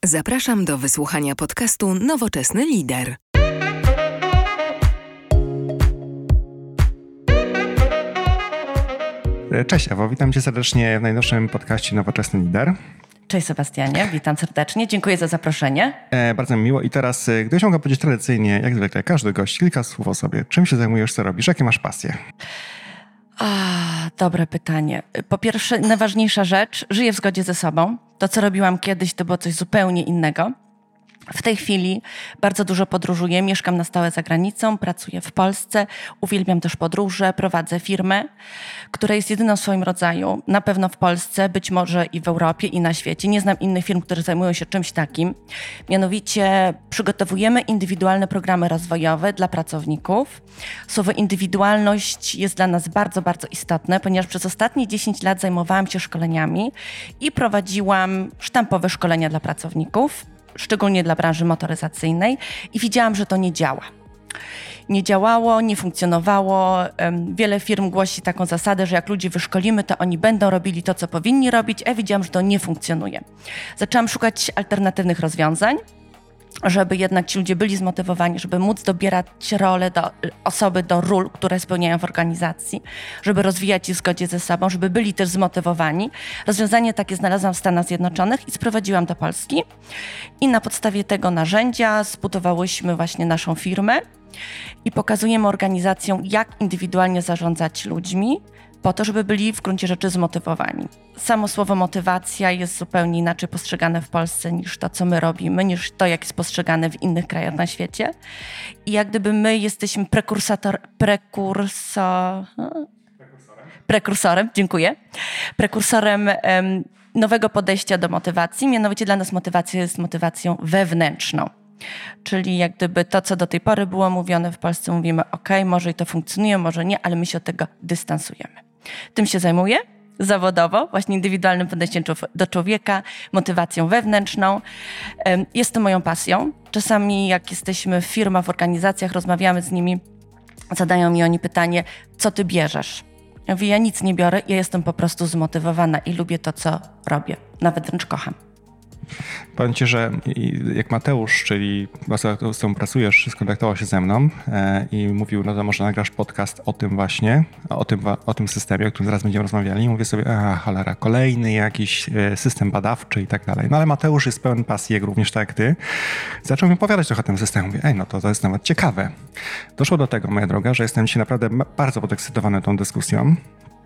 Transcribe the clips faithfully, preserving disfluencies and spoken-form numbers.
Zapraszam do wysłuchania podcastu Nowoczesny Lider. Cześć Ewo, witam Cię serdecznie w najnowszym podcaście Nowoczesny Lider. Cześć Sebastianie, witam serdecznie, dziękuję za zaproszenie. E, bardzo mi miło i teraz, gdybyś mogła powiedzieć tradycyjnie, jak zwykle, każdy gość, kilka słów o sobie. Czym się zajmujesz, co robisz, jakie masz pasje? A, dobre pytanie. Po pierwsze, najważniejsza rzecz, żyję w zgodzie ze sobą. To, co robiłam kiedyś, to było coś zupełnie innego. W tej chwili bardzo dużo podróżuję, mieszkam na stałe za granicą, pracuję w Polsce, uwielbiam też podróże, prowadzę firmę, która jest jedyną w swoim rodzaju, na pewno w Polsce, być może i w Europie i na świecie. Nie znam innych firm, które zajmują się czymś takim. Mianowicie przygotowujemy indywidualne programy rozwojowe dla pracowników. Słowo indywidualność jest dla nas bardzo, bardzo istotne, ponieważ przez ostatnie dziesięć lat zajmowałam się szkoleniami i prowadziłam sztampowe szkolenia dla pracowników, szczególnie dla branży motoryzacyjnej i widziałam, że to nie działa. Nie działało, nie funkcjonowało. Wiele firm głosi taką zasadę, że jak ludzi wyszkolimy, to oni będą robili to, co powinni robić, a widziałam, że to nie funkcjonuje. Zaczęłam szukać alternatywnych rozwiązań, żeby jednak ci ludzie byli zmotywowani, żeby móc dobierać role do, osoby do ról, które spełniają w organizacji, żeby rozwijać je w zgodzie ze sobą, żeby byli też zmotywowani. Rozwiązanie takie znalazłam w Stanach Zjednoczonych i sprowadziłam do Polski. I na podstawie tego narzędzia zbudowałyśmy właśnie naszą firmę i pokazujemy organizacjom, jak indywidualnie zarządzać ludźmi, po to, żeby byli w gruncie rzeczy zmotywowani. Samo słowo motywacja jest zupełnie inaczej postrzegane w Polsce niż to, co my robimy, niż to, jak jest postrzegane w innych krajach na świecie. I jak gdyby my jesteśmy prekursator, prekurso, prekursorem. prekursorem, dziękuję, prekursorem um, nowego podejścia do motywacji. Mianowicie dla nas motywacja jest motywacją wewnętrzną. Czyli jak gdyby to, co do tej pory było mówione w Polsce, mówimy ok, może i to funkcjonuje, może nie, ale my się od tego dystansujemy. Tym się zajmuję zawodowo, właśnie indywidualnym podejściem do człowieka, motywacją wewnętrzną. Jest to moją pasją. Czasami jak jesteśmy w firmach, w organizacjach, rozmawiamy z nimi, zadają mi oni pytanie, co ty bierzesz? Ja mówię, ja nic nie biorę, ja jestem po prostu zmotywowana i lubię to, co robię. Nawet wręcz kocham. Powiem Ci, że jak Mateusz, czyli osoba, z którą pracujesz, skontaktował się ze mną e, i mówił, no to może nagrasz podcast o tym właśnie, o tym, o tym systemie, o którym zaraz będziemy rozmawiali. I mówię sobie, a cholera, kolejny jakiś system badawczy i tak dalej. No ale Mateusz jest pełen pasji, jak również tak jak Ty. Zaczął mi opowiadać trochę o tym systemie. Mówię, ej, no to, to jest nawet ciekawe. Doszło do tego, moja droga, że jestem dzisiaj naprawdę bardzo podekscytowany tą dyskusją.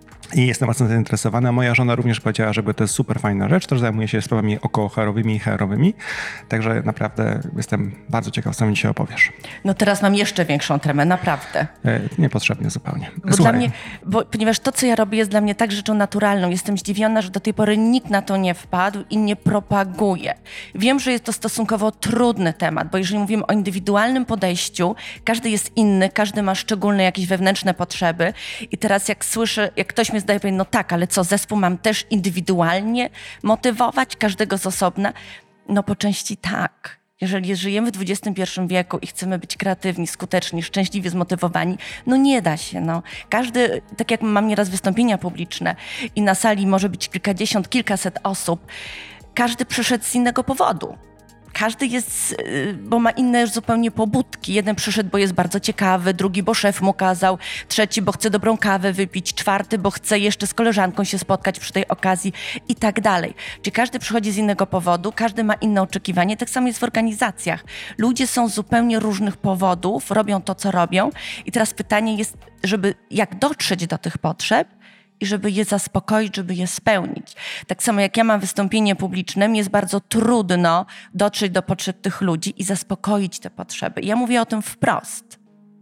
I jestem bardzo zainteresowany. Moja żona również powiedziała, że to jest super fajna rzecz. Też zajmuje się sprawami około-harowymi i H R-owymi. Także naprawdę jestem bardzo ciekaw, co mi dzisiaj opowiesz. No teraz mam jeszcze większą tremę, naprawdę. E, niepotrzebnie zupełnie. Bo dla mnie, bo, ponieważ to, co ja robię, jest dla mnie tak rzeczą naturalną. Jestem zdziwiona, że do tej pory nikt na to nie wpadł i nie propaguje. Wiem, że jest to stosunkowo trudny temat, bo jeżeli mówimy o indywidualnym podejściu, każdy jest inny, każdy ma szczególne jakieś wewnętrzne potrzeby. I teraz jak słyszę, jak ktoś mi zdaje powiedzieć, no tak, ale co, zespół mam też indywidualnie motywować każdego z osobna? No po części tak. Jeżeli żyjemy w dwudziestym pierwszym wieku i chcemy być kreatywni, skuteczni, szczęśliwie zmotywowani, no nie da się. No. Każdy, tak jak mam nieraz wystąpienia publiczne i na sali może być kilkadziesiąt, kilkaset osób, każdy przyszedł z innego powodu. Każdy jest, bo ma inne zupełnie pobudki. Jeden przyszedł, bo jest bardzo ciekawy, drugi, bo szef mu kazał, trzeci, bo chce dobrą kawę wypić, czwarty, bo chce jeszcze z koleżanką się spotkać przy tej okazji i tak dalej. Czyli każdy przychodzi z innego powodu, każdy ma inne oczekiwanie. Tak samo jest w organizacjach. Ludzie są z zupełnie różnych powodów, robią to, co robią i teraz pytanie jest, żeby jak dotrzeć do tych potrzeb, i żeby je zaspokoić, żeby je spełnić. Tak samo jak ja mam wystąpienie publiczne, mi jest bardzo trudno dotrzeć do potrzeb tych ludzi i zaspokoić te potrzeby. I ja mówię o tym wprost.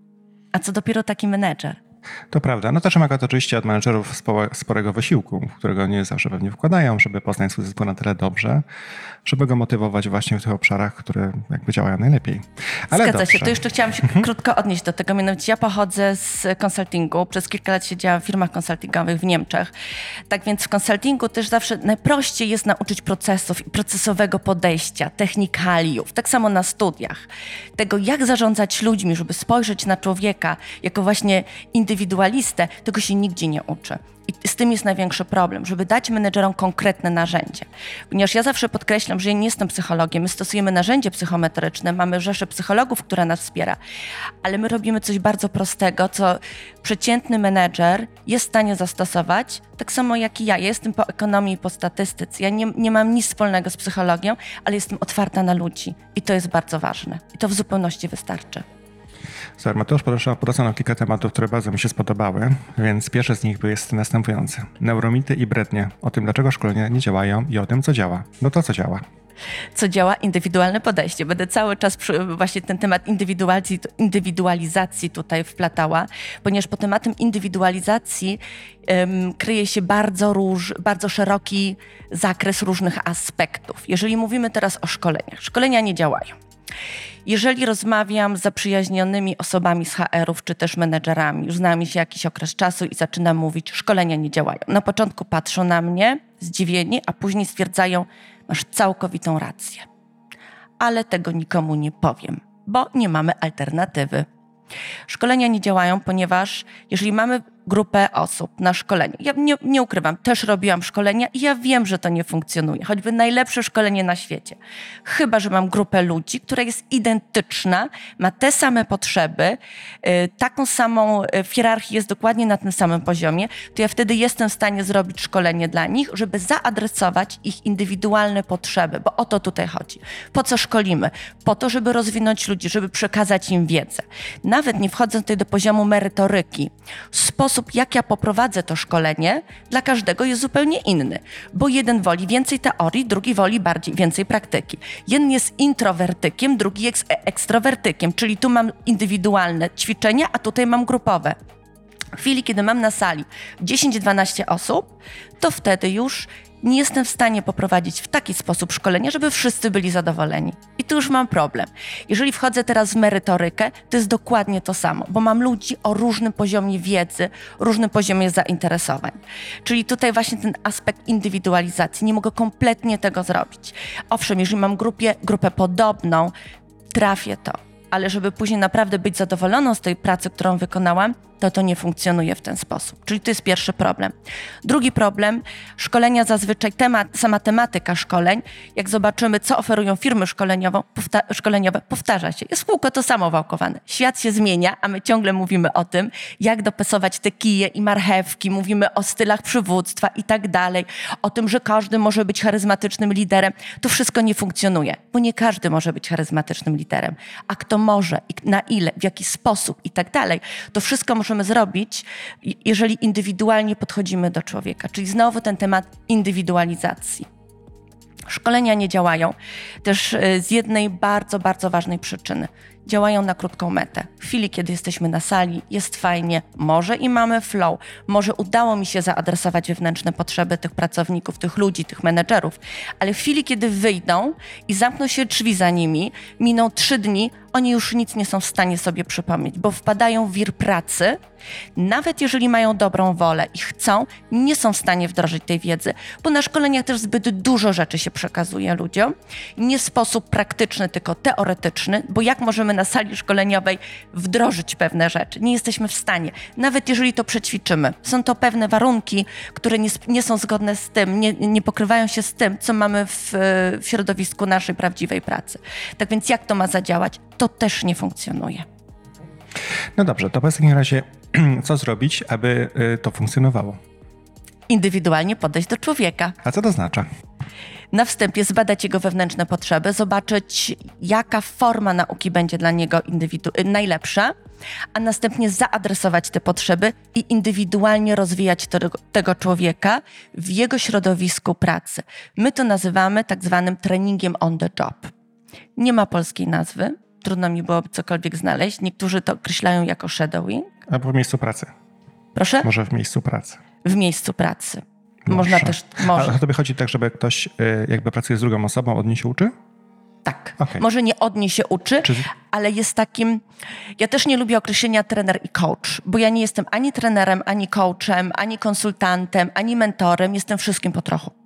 A co dopiero taki menedżer? To prawda. No też wymaga to oczywiście od menedżerów sporego wysiłku, którego nie zawsze pewnie wkładają, żeby poznać swój zespół na tyle dobrze, żeby go motywować właśnie w tych obszarach, które jakby działają najlepiej. Ale Zgadza dobrze. się. To jeszcze chciałam się mhm. krótko odnieść do tego. Mianowicie ja pochodzę z konsultingu. Przez kilka lat siedziałam w firmach konsultingowych w Niemczech. Tak więc w konsultingu też zawsze najprościej jest nauczyć procesów i procesowego podejścia, technikaliów. Tak samo na studiach. Tego, jak zarządzać ludźmi, żeby spojrzeć na człowieka jako właśnie indywidualistę, tego się nigdzie nie uczy. I z tym jest największy problem, żeby dać menedżerom konkretne narzędzie. Ponieważ ja zawsze podkreślam, że ja nie jestem psychologiem, my stosujemy narzędzie psychometryczne, mamy rzeszę psychologów, która nas wspiera, ale my robimy coś bardzo prostego, co przeciętny menedżer jest w stanie zastosować, tak samo jak i ja. Ja jestem po ekonomii i po statystyce. Ja nie, nie mam nic wspólnego z psychologią, ale jestem otwarta na ludzi i to jest bardzo ważne. I to w zupełności wystarczy. Super, Mateusz poruszył poruszono kilka tematów, które bardzo mi się spodobały, więc pierwszy z nich jest następujący. Neuromity i brednie o tym, dlaczego szkolenia nie działają i o tym, co działa. No to co działa? Co działa? Indywidualne podejście. Będę cały czas przy, właśnie ten temat indywidualizacji, indywidualizacji tutaj wplatała, ponieważ po tematem indywidualizacji um, kryje się bardzo, róż, bardzo szeroki zakres różnych aspektów. Jeżeli mówimy teraz o szkoleniach, szkolenia nie działają. Jeżeli rozmawiam z zaprzyjaźnionymi osobami z H R-ów czy też menedżerami, już znamy się jakiś okres czasu i zaczynam mówić, szkolenia nie działają. Na początku patrzą na mnie zdziwieni, a później stwierdzają, masz całkowitą rację. Ale tego nikomu nie powiem, bo nie mamy alternatywy. Szkolenia nie działają, ponieważ jeżeli mamy grupę osób na szkoleniu, ja nie, nie ukrywam, też robiłam szkolenia i ja wiem, że to nie funkcjonuje, choćby najlepsze szkolenie na świecie. Chyba że mam grupę ludzi, która jest identyczna, ma te same potrzeby, yy, taką samą yy, w hierarchii jest dokładnie na tym samym poziomie, to ja wtedy jestem w stanie zrobić szkolenie dla nich, żeby zaadresować ich indywidualne potrzeby, bo o to tutaj chodzi. Po co szkolimy? Po to, żeby rozwinąć ludzi, żeby przekazać im wiedzę. Nawet nie wchodząc tutaj do poziomu merytoryki, sposób, jak ja poprowadzę to szkolenie, dla każdego jest zupełnie inny, bo jeden woli więcej teorii, drugi woli bardziej więcej praktyki. Jeden jest introwertykiem, drugi jest ekstrowertykiem, czyli tu mam indywidualne ćwiczenia, a tutaj mam grupowe. W chwili, kiedy mam na sali dziesięć dwanaście osób, to wtedy już nie jestem w stanie poprowadzić w taki sposób szkolenia, żeby wszyscy byli zadowoleni. I tu już mam problem. Jeżeli wchodzę teraz w merytorykę, to jest dokładnie to samo, bo mam ludzi o różnym poziomie wiedzy, różnym poziomie zainteresowań. Czyli tutaj właśnie ten aspekt indywidualizacji. Nie mogę kompletnie tego zrobić. Owszem, jeżeli mam grupę, grupę podobną, trafię to. Ale żeby później naprawdę być zadowoloną z tej pracy, którą wykonałam, to to nie funkcjonuje w ten sposób. Czyli to jest pierwszy problem. Drugi problem, szkolenia zazwyczaj, temat, sama tematyka szkoleń, jak zobaczymy, co oferują firmy szkoleniowe, powta- szkoleniowe, powtarza się. Jest w kółko to samo wałkowane. Świat się zmienia, a my ciągle mówimy o tym, jak dopasować te kije i marchewki, mówimy o stylach przywództwa i tak dalej, o tym, że każdy może być charyzmatycznym liderem. To wszystko nie funkcjonuje, bo nie każdy może być charyzmatycznym liderem. A kto może i na ile, w jaki sposób i tak dalej, to wszystko możemy zrobić, jeżeli indywidualnie podchodzimy do człowieka. Czyli znowu ten temat indywidualizacji. Szkolenia nie działają też z jednej bardzo, bardzo ważnej przyczyny. Działają na krótką metę. W chwili, kiedy jesteśmy na sali, jest fajnie, może i mamy flow, może udało mi się zaadresować wewnętrzne potrzeby tych pracowników, tych ludzi, tych menedżerów, ale w chwili, kiedy wyjdą i zamkną się drzwi za nimi, miną trzy dni, oni już nic nie są w stanie sobie przypomnieć, bo wpadają w wir pracy, nawet jeżeli mają dobrą wolę i chcą, nie są w stanie wdrożyć tej wiedzy, bo na szkoleniach też zbyt dużo rzeczy się przekazuje ludziom. Nie w sposób praktyczny, tylko teoretyczny, bo jak możemy na sali szkoleniowej wdrożyć pewne rzeczy? Nie jesteśmy w stanie, nawet jeżeli to przećwiczymy. Są to pewne warunki, które nie, nie są zgodne z tym, nie, nie pokrywają się z tym, co mamy w, w środowisku naszej prawdziwej pracy. Tak więc jak to ma zadziałać? To też nie funkcjonuje. No dobrze, to w takim razie co zrobić, aby to funkcjonowało? Indywidualnie podejść do człowieka. A co to oznacza? Na wstępie zbadać jego wewnętrzne potrzeby, zobaczyć, jaka forma nauki będzie dla niego indywidu- najlepsza, a następnie zaadresować te potrzeby i indywidualnie rozwijać tego, tego człowieka w jego środowisku pracy. My to nazywamy tak zwanym treningiem on the job. Nie ma polskiej nazwy, trudno mi było cokolwiek znaleźć. Niektórzy to określają jako shadowing. Albo w miejscu pracy. Proszę? Może w miejscu pracy. W miejscu pracy. Może. Można też... Może. A tobie chodzi tak, żeby ktoś jakby pracuje z drugą osobą, od niej się uczy? Tak. Okay. Może nie od niej się uczy, Czy... ale jest takim... Ja też nie lubię określenia trener i coach, bo ja nie jestem ani trenerem, ani coachem, ani konsultantem, ani mentorem. Jestem wszystkim po trochu.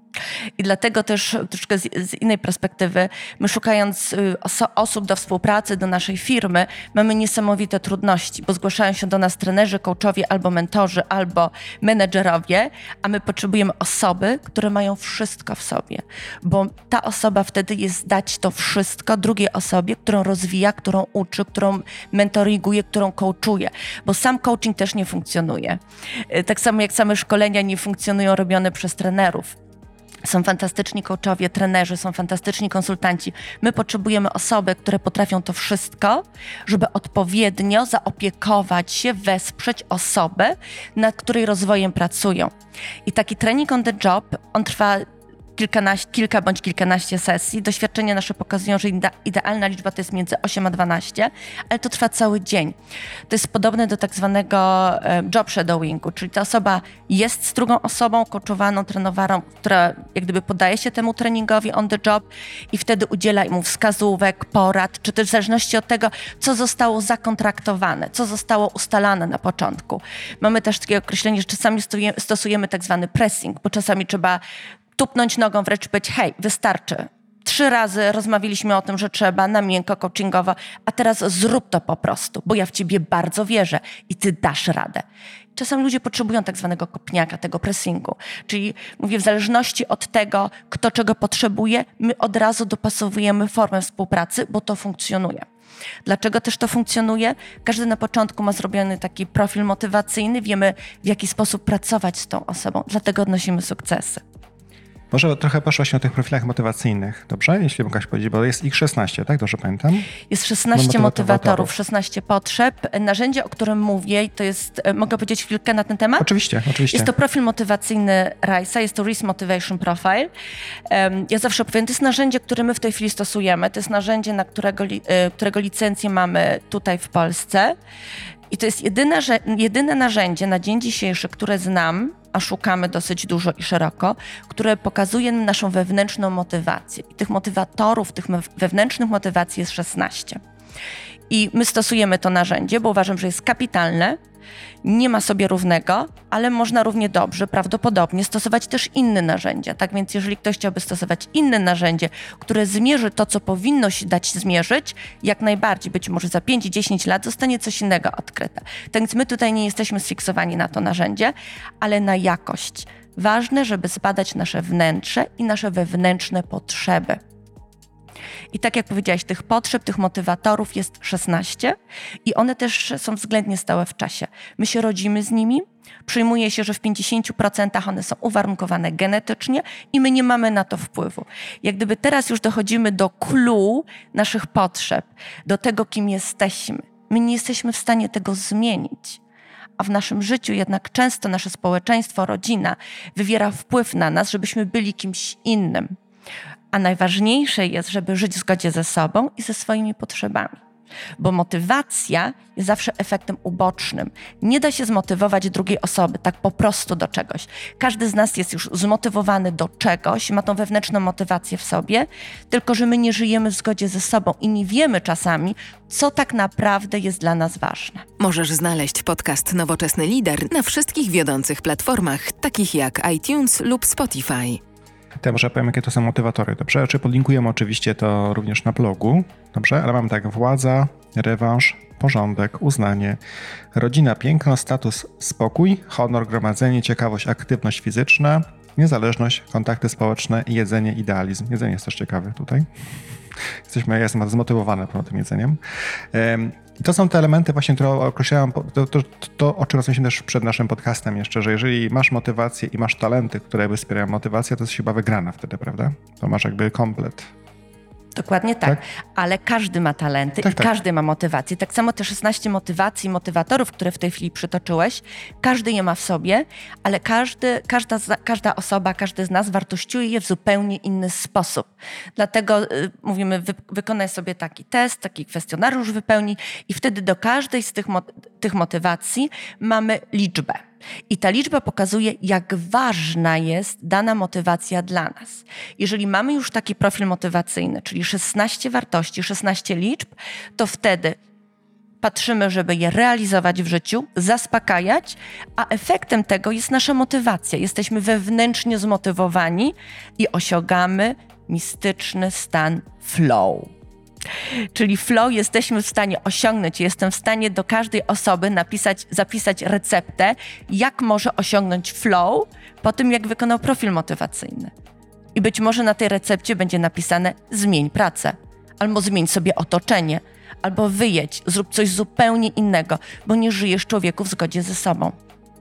I dlatego też troszkę z, z innej perspektywy, my szukając oso- osób do współpracy, do naszej firmy, mamy niesamowite trudności, bo zgłaszają się do nas trenerzy, coachowie, albo mentorzy, albo menedżerowie, a my potrzebujemy osoby, które mają wszystko w sobie, bo ta osoba wtedy jest dać to wszystko drugiej osobie, którą rozwija, którą uczy, którą mentoringuje, którą coachuje, bo sam coaching też nie funkcjonuje. Tak samo jak same szkolenia nie funkcjonują robione przez trenerów. Są fantastyczni coachowie, trenerzy, są fantastyczni konsultanci. My potrzebujemy osoby, które potrafią to wszystko, żeby odpowiednio zaopiekować się, wesprzeć osobę, nad której rozwojem pracują. I taki training on the job, on trwa kilkanaście, kilka bądź kilkanaście sesji. Doświadczenia nasze pokazują, że idealna liczba to jest między osiem a dwanaście, ale to trwa cały dzień. To jest podobne do tak zwanego job shadowingu, czyli ta osoba jest z drugą osobą coachowaną, trenowaną, która jak gdyby podaje się temu treningowi on the job i wtedy udziela mu wskazówek, porad, czy też w zależności od tego, co zostało zakontraktowane, co zostało ustalane na początku. Mamy też takie określenie, że czasami stosujemy tak zwany pressing, bo czasami trzeba tupnąć nogą, wręcz powiedzieć, hej, wystarczy. Trzy razy rozmawialiśmy o tym, że trzeba na miękko, coachingowo, a teraz zrób to po prostu, bo ja w ciebie bardzo wierzę i ty dasz radę. Czasami ludzie potrzebują tak zwanego kopniaka, tego pressingu. Czyli mówię, w zależności od tego, kto czego potrzebuje, my od razu dopasowujemy formę współpracy, bo to funkcjonuje. Dlaczego też to funkcjonuje? Każdy na początku ma zrobiony taki profil motywacyjny, wiemy w jaki sposób pracować z tą osobą, dlatego odnosimy sukcesy. Może trochę poszłaś o tych profilach motywacyjnych, dobrze? Jeśli mogłaś powiedzieć, bo jest ich szesnaście, tak? Dobrze pamiętam? Jest szesnaście motywatorów, szesnaście potrzeb. Narzędzie, o którym mówię, to jest, mogę powiedzieć chwilkę na ten temat? Oczywiście, oczywiście. Jest to profil motywacyjny Rice'a, jest to Rice Motivation Profile. Ja zawsze powiem, to jest narzędzie, które my w tej chwili stosujemy. To jest narzędzie, na którego, którego licencję mamy tutaj w Polsce. I to jest jedyne, jedyne narzędzie na dzień dzisiejszy, które znam, a szukamy dosyć dużo i szeroko, które pokazuje naszą wewnętrzną motywację. I tych motywatorów, tych wewnętrznych motywacji jest szesnaście. I my stosujemy to narzędzie, bo uważam, że jest kapitalne, nie ma sobie równego, ale można równie dobrze, prawdopodobnie stosować też inne narzędzia. Tak więc jeżeli ktoś chciałby stosować inne narzędzie, które zmierzy to, co powinno się dać zmierzyć, jak najbardziej, być może za pięć dziesięć lat zostanie coś innego odkryte. Tak więc my tutaj nie jesteśmy sfiksowani na to narzędzie, ale na jakość. Ważne, żeby zbadać nasze wnętrze i nasze wewnętrzne potrzeby. I tak jak powiedziałaś, tych potrzeb, tych motywatorów jest szesnaście i one też są względnie stałe w czasie. My się rodzimy z nimi, przyjmuje się, że w pięćdziesiąt procent one są uwarunkowane genetycznie i my nie mamy na to wpływu. Jak gdyby teraz już dochodzimy do clue naszych potrzeb, do tego, kim jesteśmy. My nie jesteśmy w stanie tego zmienić. A w naszym życiu jednak często nasze społeczeństwo, rodzina wywiera wpływ na nas, żebyśmy byli kimś innym. A najważniejsze jest, żeby żyć w zgodzie ze sobą i ze swoimi potrzebami. Bo motywacja jest zawsze efektem ubocznym. Nie da się zmotywować drugiej osoby tak po prostu do czegoś. Każdy z nas jest już zmotywowany do czegoś, ma tą wewnętrzną motywację w sobie, tylko że my nie żyjemy w zgodzie ze sobą i nie wiemy czasami, co tak naprawdę jest dla nas ważne. Możesz znaleźć podcast Nowoczesny Lider na wszystkich wiodących platformach, takich jak iTunes lub Spotify. To ja może powiem, jakie to są motywatory, dobrze? Czy podlinkujemy oczywiście to również na blogu, dobrze? Ale mamy tak, władza, rewanż, porządek, uznanie, rodzina, piękno, status, spokój, honor, gromadzenie, ciekawość, aktywność fizyczna, niezależność, kontakty społeczne i jedzenie, idealizm. Jedzenie jest też ciekawe tutaj. Jesteśmy, ja jestem zmotywowany po tym jedzeniem. I to są te elementy właśnie, które określałem, to, to, to o czym rozmawialiśmy też przed naszym podcastem jeszcze, że jeżeli masz motywację i masz talenty, które wspierają motywację, to jest chyba wygrana wtedy, prawda? To masz jakby komplet. Dokładnie tak, tak? Ale każdy ma talenty tak, i tak. Każdy ma motywację. Tak samo te szesnaście motywacji, motywatorów, które w tej chwili przytoczyłeś, każdy je ma w sobie, ale każdy, każda, każda osoba, każdy z nas wartościuje je w zupełnie inny sposób. Dlatego y, mówimy, wy, wykonaj sobie taki test, taki kwestionariusz wypełnij i wtedy do każdej z tych, mo- tych motywacji mamy liczbę. I ta liczba pokazuje, jak ważna jest dana motywacja dla nas. Jeżeli mamy już taki profil motywacyjny, czyli szesnaście wartości, szesnaście liczb, to wtedy patrzymy, żeby je realizować w życiu, zaspokajać, a efektem tego jest nasza motywacja. Jesteśmy wewnętrznie zmotywowani i osiągamy mistyczny stan flow. Czyli flow jesteśmy w stanie osiągnąć. Jestem w stanie do każdej osoby napisać, zapisać receptę, jak może osiągnąć flow po tym, jak wykonał profil motywacyjny. I być może na tej recepcie będzie napisane: zmień pracę, albo zmień sobie otoczenie, albo wyjedź, zrób coś zupełnie innego, bo nie żyjesz, człowieku, w zgodzie ze sobą.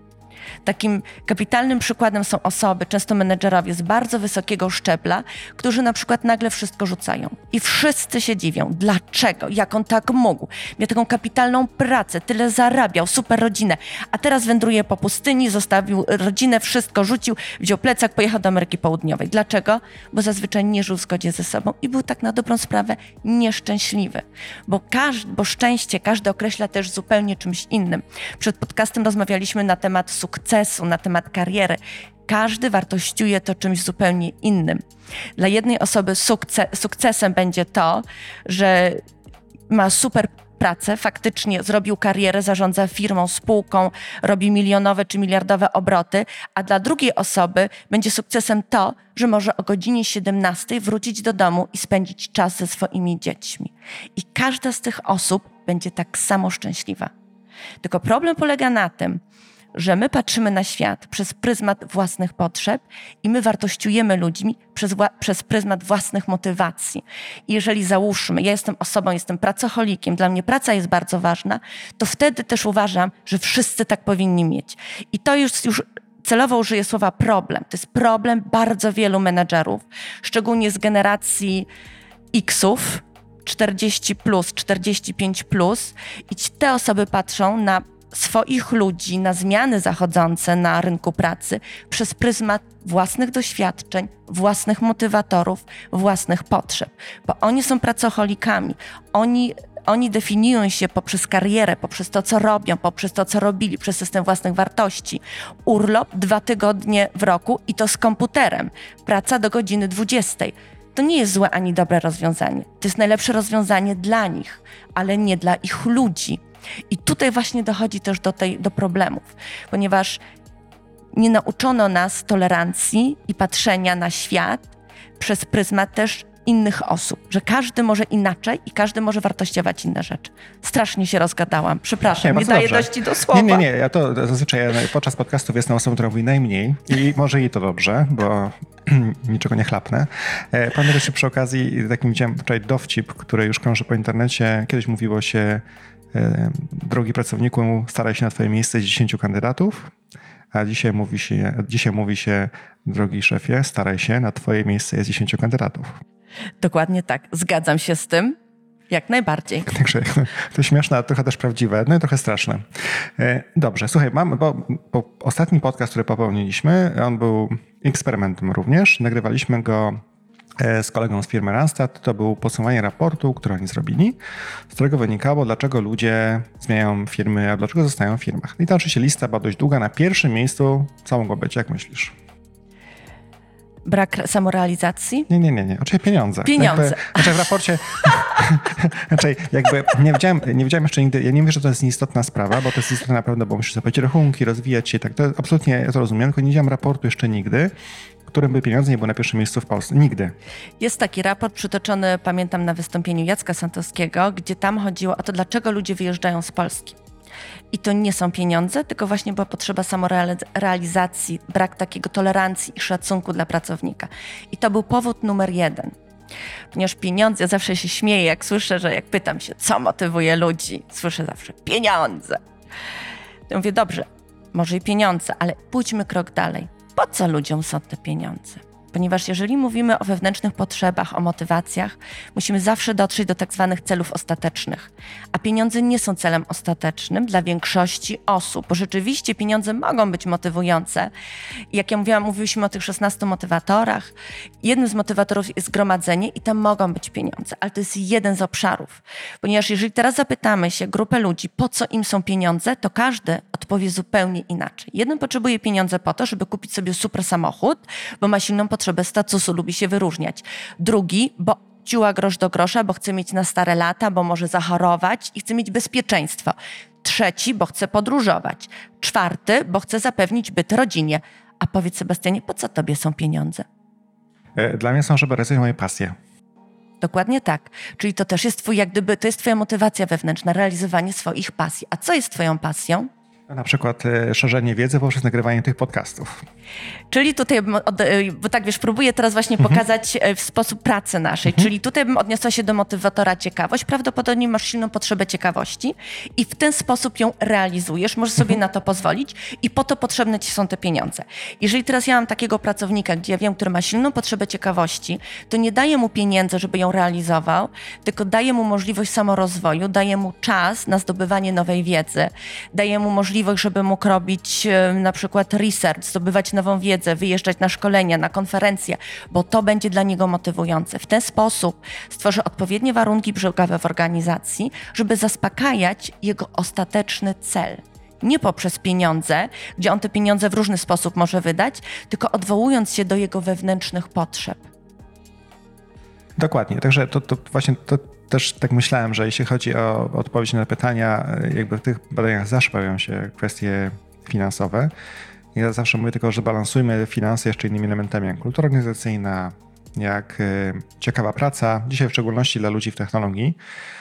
Takim kapitalnym przykładem są osoby, często menedżerowie z bardzo wysokiego szczebla, którzy na przykład nagle wszystko rzucają. I wszyscy się dziwią. Dlaczego? Jak on tak mógł? Miał taką kapitalną pracę, tyle zarabiał, super rodzinę, a teraz wędruje po pustyni, zostawił rodzinę, wszystko rzucił, wziął plecak, pojechał do Ameryki Południowej. Dlaczego? Bo zazwyczaj nie żył w zgodzie ze sobą i był tak na dobrą sprawę nieszczęśliwy. Bo, każdy, bo szczęście każdy określa też zupełnie czymś innym. Przed podcastem rozmawialiśmy na temat sukcesu, na temat kariery. Każdy wartościuje to czymś zupełnie innym. Dla jednej osoby sukces, sukcesem będzie to, że ma super pracę, faktycznie zrobił karierę, zarządza firmą, spółką, robi milionowe czy miliardowe obroty, a dla drugiej osoby będzie sukcesem to, że może o godzinie siedemnastej wrócić do domu i spędzić czas ze swoimi dziećmi. I każda z tych osób będzie tak samo szczęśliwa. Tylko problem polega na tym, że my patrzymy na świat przez pryzmat własnych potrzeb i my wartościujemy ludźmi przez, wła- przez pryzmat własnych motywacji. I jeżeli załóżmy, ja jestem osobą, jestem pracocholikiem, dla mnie praca jest bardzo ważna, to wtedy też uważam, że wszyscy tak powinni mieć. I to już, już celowo użyję słowa problem. To jest problem bardzo wielu menedżerów, szczególnie z generacji X-ów, czterdzieści plus, czterdzieści pięć plus, i te osoby patrzą na swoich ludzi, na zmiany zachodzące na rynku pracy przez pryzmat własnych doświadczeń, własnych motywatorów, własnych potrzeb. Bo oni są pracocholikami. Oni, oni definiują się poprzez karierę, poprzez to, co robią, poprzez to, co robili, przez system własnych wartości. Urlop dwa tygodnie w roku i to z komputerem. Praca do godziny dwudziestej. To nie jest złe ani dobre rozwiązanie. To jest najlepsze rozwiązanie dla nich, ale nie dla ich ludzi. I tutaj właśnie dochodzi też do, tej, do problemów, ponieważ nie nauczono nas tolerancji i patrzenia na świat przez pryzmat też innych osób, że każdy może inaczej i każdy może wartościować inne rzeczy. Strasznie się rozgadałam, przepraszam, nie, nie daję dości do słowa. Nie, nie, nie, ja to zazwyczaj podczas podcastów jestem osobą, która mówi najmniej i może jej to dobrze, bo niczego nie chlapnę. Pamiętam się przy okazji, takim widziałem wczoraj dowcip, który już krąży po internecie. Kiedyś mówiło się: drogi pracowniku, staraj się na twoje miejsce z dziesięciu kandydatów, a dzisiaj mówi się, dzisiaj mówi się: drogi szefie, staraj się, na twoje miejsce jest dziesięciu kandydatów. Dokładnie tak. Zgadzam się z tym. Jak najbardziej. Także to śmieszne, a trochę też prawdziwe, no i trochę straszne. Dobrze, słuchaj, mam, bo, bo ostatni podcast, który popełniliśmy, on był eksperymentem również. Nagrywaliśmy go z kolegą z firmy Randstad. To było podsumowanie raportu, który oni zrobili, z którego wynikało, dlaczego ludzie zmieniają firmy, a dlaczego zostają w firmach. I ta oczywiście lista była dość długa. Na pierwszym miejscu co mogło być, jak myślisz? Brak samorealizacji? Nie, nie, nie, nie. Oczywiście pieniądze. Pieniądze. Jakby, znaczy w raporcie... znaczy jakby nie widziałem, nie widziałem jeszcze nigdy... Ja nie wiem, że to jest nieistotna sprawa, bo to jest istotne naprawdę, bo musisz zapłacić rachunki, rozwijać się. Tak, to absolutnie ja to rozumiem, tylko nie widziałem raportu jeszcze nigdy, w którym by pieniądze nie były na pierwszym miejscu w Polsce. Nigdy. Jest taki raport przytoczony, pamiętam, na wystąpieniu Jacka Santowskiego, gdzie tam chodziło o to, dlaczego ludzie wyjeżdżają z Polski. I to nie są pieniądze, tylko właśnie była potrzeba samorealizacji, brak takiego tolerancji i szacunku dla pracownika. I to był powód numer jeden. Ponieważ pieniądze, ja zawsze się śmieję, jak słyszę, że jak pytam się, co motywuje ludzi, słyszę zawsze pieniądze. To mówię, dobrze, może i pieniądze, ale pójdźmy krok dalej. Po co ludziom są te pieniądze? Ponieważ jeżeli mówimy o wewnętrznych potrzebach, o motywacjach, musimy zawsze dotrzeć do tak zwanych celów ostatecznych. A pieniądze nie są celem ostatecznym dla większości osób, bo rzeczywiście pieniądze mogą być motywujące. Jak ja mówiłam, mówiliśmy o tych szesnastu motywatorach. Jednym z motywatorów jest gromadzenie i tam mogą być pieniądze, ale to jest jeden z obszarów. Ponieważ jeżeli teraz zapytamy się grupę ludzi, po co im są pieniądze, to każdy odpowie zupełnie inaczej. Jeden potrzebuje pieniądze po to, żeby kupić sobie super samochód, bo ma silną potrzebę statusu, lubi się wyróżniać. Drugi, bo dziuła grosz do grosza, bo chce mieć na stare lata, bo może zachorować i chce mieć bezpieczeństwo. Trzeci, bo chce podróżować. Czwarty, bo chce zapewnić byt rodzinie. A powiedz, Sebastianie, po co tobie są pieniądze? Dla mnie są, żeby realizować moje pasje. Dokładnie tak. Czyli to też jest twój, jak gdyby, to jest twoja motywacja wewnętrzna, realizowanie swoich pasji. A co jest twoją pasją? Na przykład e, szerzenie wiedzy poprzez nagrywanie tych podcastów. Czyli tutaj, bym od, bo tak wiesz, próbuję teraz właśnie mhm. pokazać w sposób pracy naszej, mhm. czyli tutaj bym odniosła się do motywatora ciekawość. Prawdopodobnie masz silną potrzebę ciekawości i w ten sposób ją realizujesz, możesz sobie mhm. na to pozwolić i po to potrzebne ci są te pieniądze. Jeżeli teraz ja mam takiego pracownika, gdzie ja wiem, który ma silną potrzebę ciekawości, to nie daję mu pieniędzy, żeby ją realizował, tylko daję mu możliwość samorozwoju, daję mu czas na zdobywanie nowej wiedzy, daję mu możliwość, żeby mógł robić na przykład research, zdobywać nową wiedzę, wyjeżdżać na szkolenia, na konferencje, bo to będzie dla niego motywujące. W ten sposób stworzę odpowiednie warunki brzuchowe w organizacji, żeby zaspokajać jego ostateczny cel. Nie poprzez pieniądze, gdzie on te pieniądze w różny sposób może wydać, tylko odwołując się do jego wewnętrznych potrzeb. Dokładnie, także to, to właśnie to też tak myślałem, że jeśli chodzi o odpowiedź na pytania, jakby w tych badaniach zawsze pojawiają się kwestie finansowe. Ja zawsze mówię tylko, że balansujmy finanse jeszcze innymi elementami, jak kultura organizacyjna, jak ciekawa praca. Dzisiaj w szczególności dla ludzi w technologii,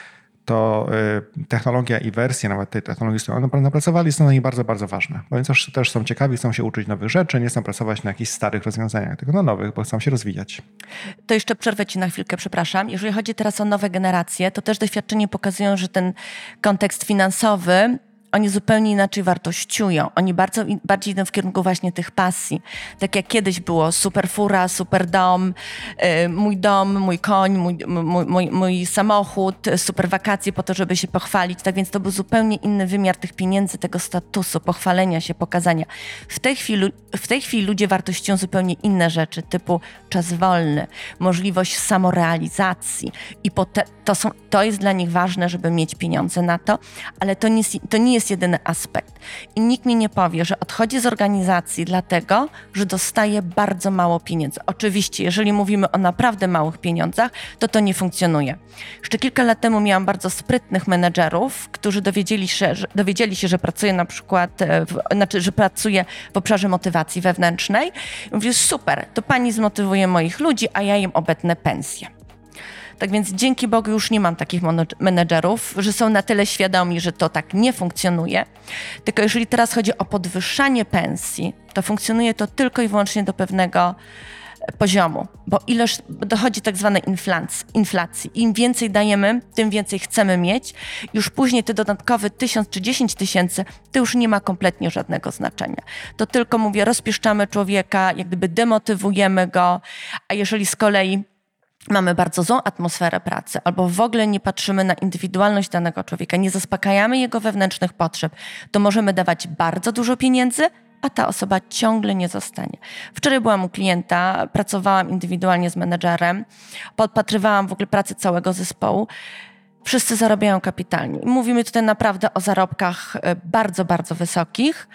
to technologia i wersje nawet tej technologii, z którą napracowali, są dla nich bardzo, bardzo ważne. Bo więc też, też są ciekawi, chcą się uczyć nowych rzeczy, nie chcą pracować na jakichś starych rozwiązaniach, tylko na nowych, bo chcą się rozwijać. To jeszcze przerwę ci na chwilkę, przepraszam. Jeżeli chodzi teraz o nowe generacje, to też doświadczenia pokazują, że ten kontekst finansowy oni zupełnie inaczej wartościują. Oni bardzo, bardziej idą w kierunku właśnie tych pasji. Tak jak kiedyś było super fura, super dom, yy, mój dom, mój koń, mój, mój, mój, mój samochód, super wakacje po to, żeby się pochwalić. Tak więc to był zupełnie inny wymiar tych pieniędzy, tego statusu, pochwalenia się, pokazania. W tej chwili, w tej chwili ludzie wartościują zupełnie inne rzeczy, typu czas wolny, możliwość samorealizacji. I po te, to, są, to jest dla nich ważne, żeby mieć pieniądze na to, ale to nie jest, to nie jest jedyny aspekt. I nikt mi nie powie, że odchodzi z organizacji dlatego, że dostaje bardzo mało pieniędzy. Oczywiście, jeżeli mówimy o naprawdę małych pieniądzach, to to nie funkcjonuje. Jeszcze kilka lat temu miałam bardzo sprytnych menedżerów, którzy dowiedzieli się, że, dowiedzieli się, że pracuję na przykład, w, znaczy, że pracuję w obszarze motywacji wewnętrznej. I mówię, super, to pani zmotywuje moich ludzi, a ja im obetnę pensję. Tak więc dzięki Bogu już nie mam takich menedżerów, że są na tyle świadomi, że to tak nie funkcjonuje. Tylko jeżeli teraz chodzi o podwyższanie pensji, to funkcjonuje to tylko i wyłącznie do pewnego poziomu, bo ileż dochodzi tak zwanej inflacji. Im więcej dajemy, tym więcej chcemy mieć. Już później te dodatkowe tysiąc czy dziesięć tysięcy, to już nie ma kompletnie żadnego znaczenia. To tylko, mówię, rozpieszczamy człowieka, jak gdyby demotywujemy go, a jeżeli z kolei mamy bardzo złą atmosferę pracy albo w ogóle nie patrzymy na indywidualność danego człowieka, nie zaspokajamy jego wewnętrznych potrzeb, to możemy dawać bardzo dużo pieniędzy, a ta osoba ciągle nie zostanie. Wczoraj byłam u klienta, pracowałam indywidualnie z menedżerem, podpatrywałam w ogóle pracę całego zespołu. Wszyscy zarabiają kapitalnie. Mówimy tutaj naprawdę o zarobkach bardzo, bardzo wysokich.